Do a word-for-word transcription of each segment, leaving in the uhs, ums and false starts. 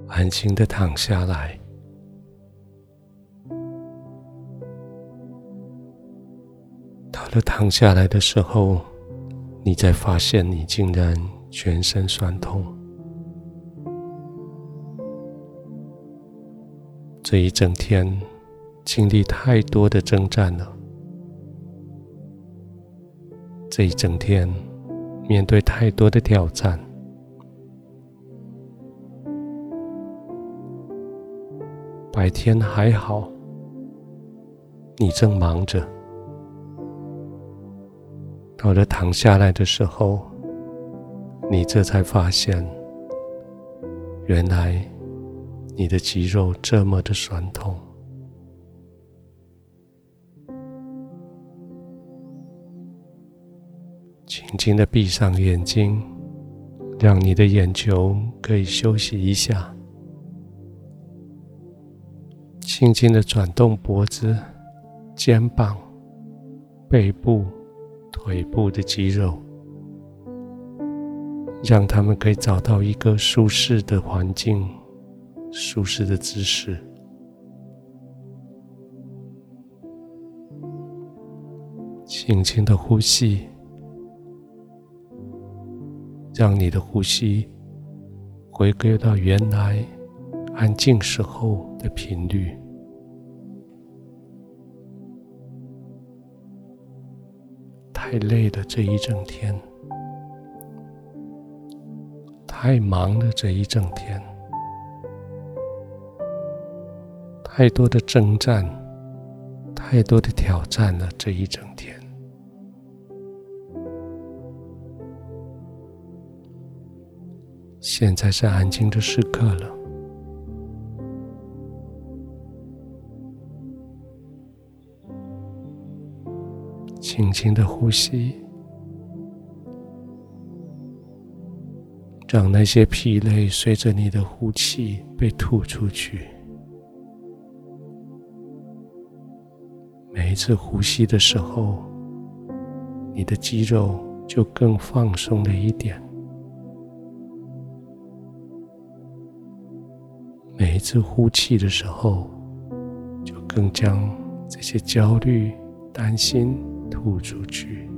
安静地躺下来。到了躺下来的时候，你才发现你竟然全身酸痛。这一整天经历太多的征战了，这一整天面对太多的挑战，白天还好，你正忙着，到了躺下来的时候，你这才发现，原来你的肌肉这么的酸痛。轻轻地闭上眼睛，让你的眼球可以休息一下。轻轻地转动脖子、肩膀、背部、腿部的肌肉，让他们可以找到一个舒适的环境、舒适的姿势。轻轻的呼吸，让你的呼吸回归到原来安静时候的频率。太累了这一整天，太忙了这一整天，太多的征战，太多的挑战了这一整天。现在是安静的时刻了，轻轻的呼吸，让那些疲累随着你的呼气被吐出去。每一次呼吸的时候，你的肌肉就更放松了一点。每一次呼气的时候，就更将这些焦虑、担心吐出去。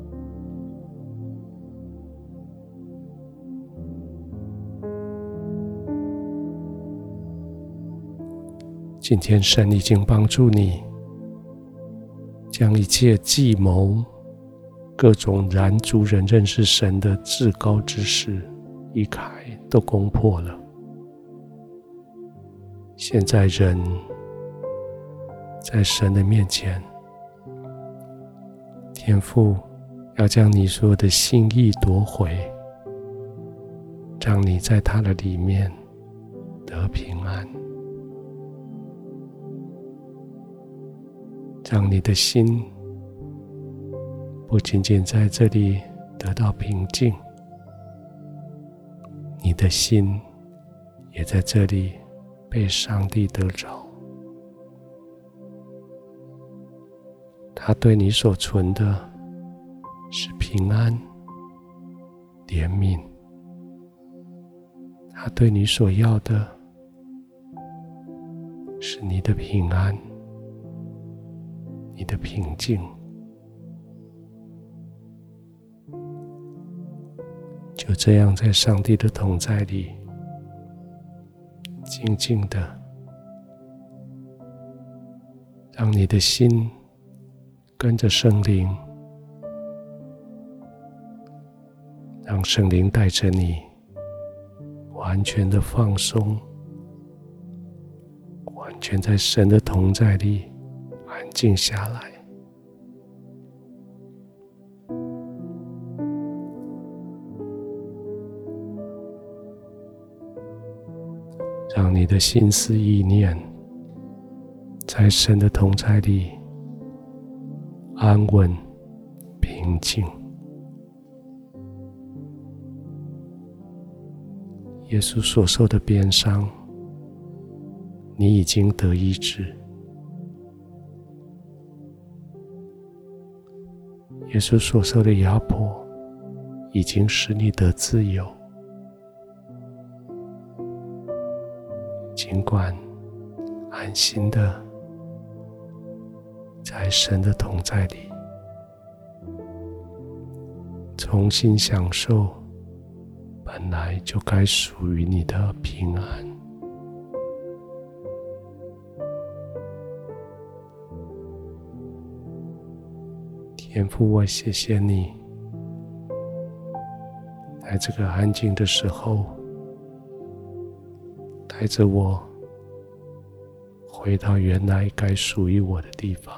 今天神已经帮助你，将一切计谋、各种拦阻人认识神的至高之事一开都攻破了。现在人在神的面前，天父要将你所有的心意夺回，让你在他的里面得平安，让你的心不仅仅在这里得到平静，你的心也在这里被上帝得着。他对你所存的是平安、怜悯，他对你所要的是你的平安、你的平静。就这样在上帝的同在里，静静的让你的心跟着圣灵，让圣灵带着你完全的放松，完全在神的同在里安静下来。让你的心思意念在神的同在里安稳平静。耶稣所受的鞭伤，你已经得医治；耶稣所受的压迫，已经使你得自由。 尽管安心的在神的同在里，重新享受本来就该属于你的平安。天父，我谢谢你，在这个安静的时候，带着我回到原来该属于我的地方。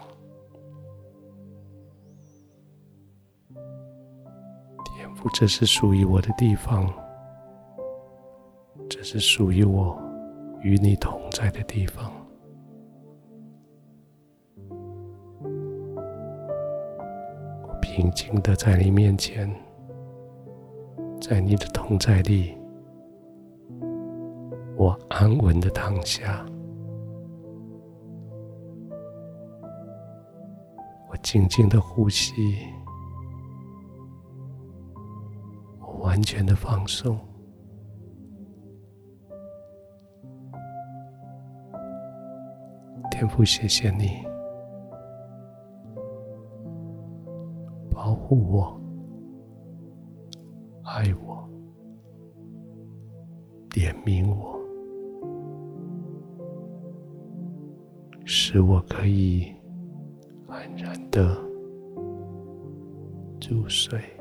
天父，这是属于我的地方，这是属于我与你同在的地方。我平静地在你面前，在你的同在里，我安稳地躺下，我静静地呼吸，我完全的放松。天父，谢谢你保护我、爱我、怜悯我，使我可以安然的入睡。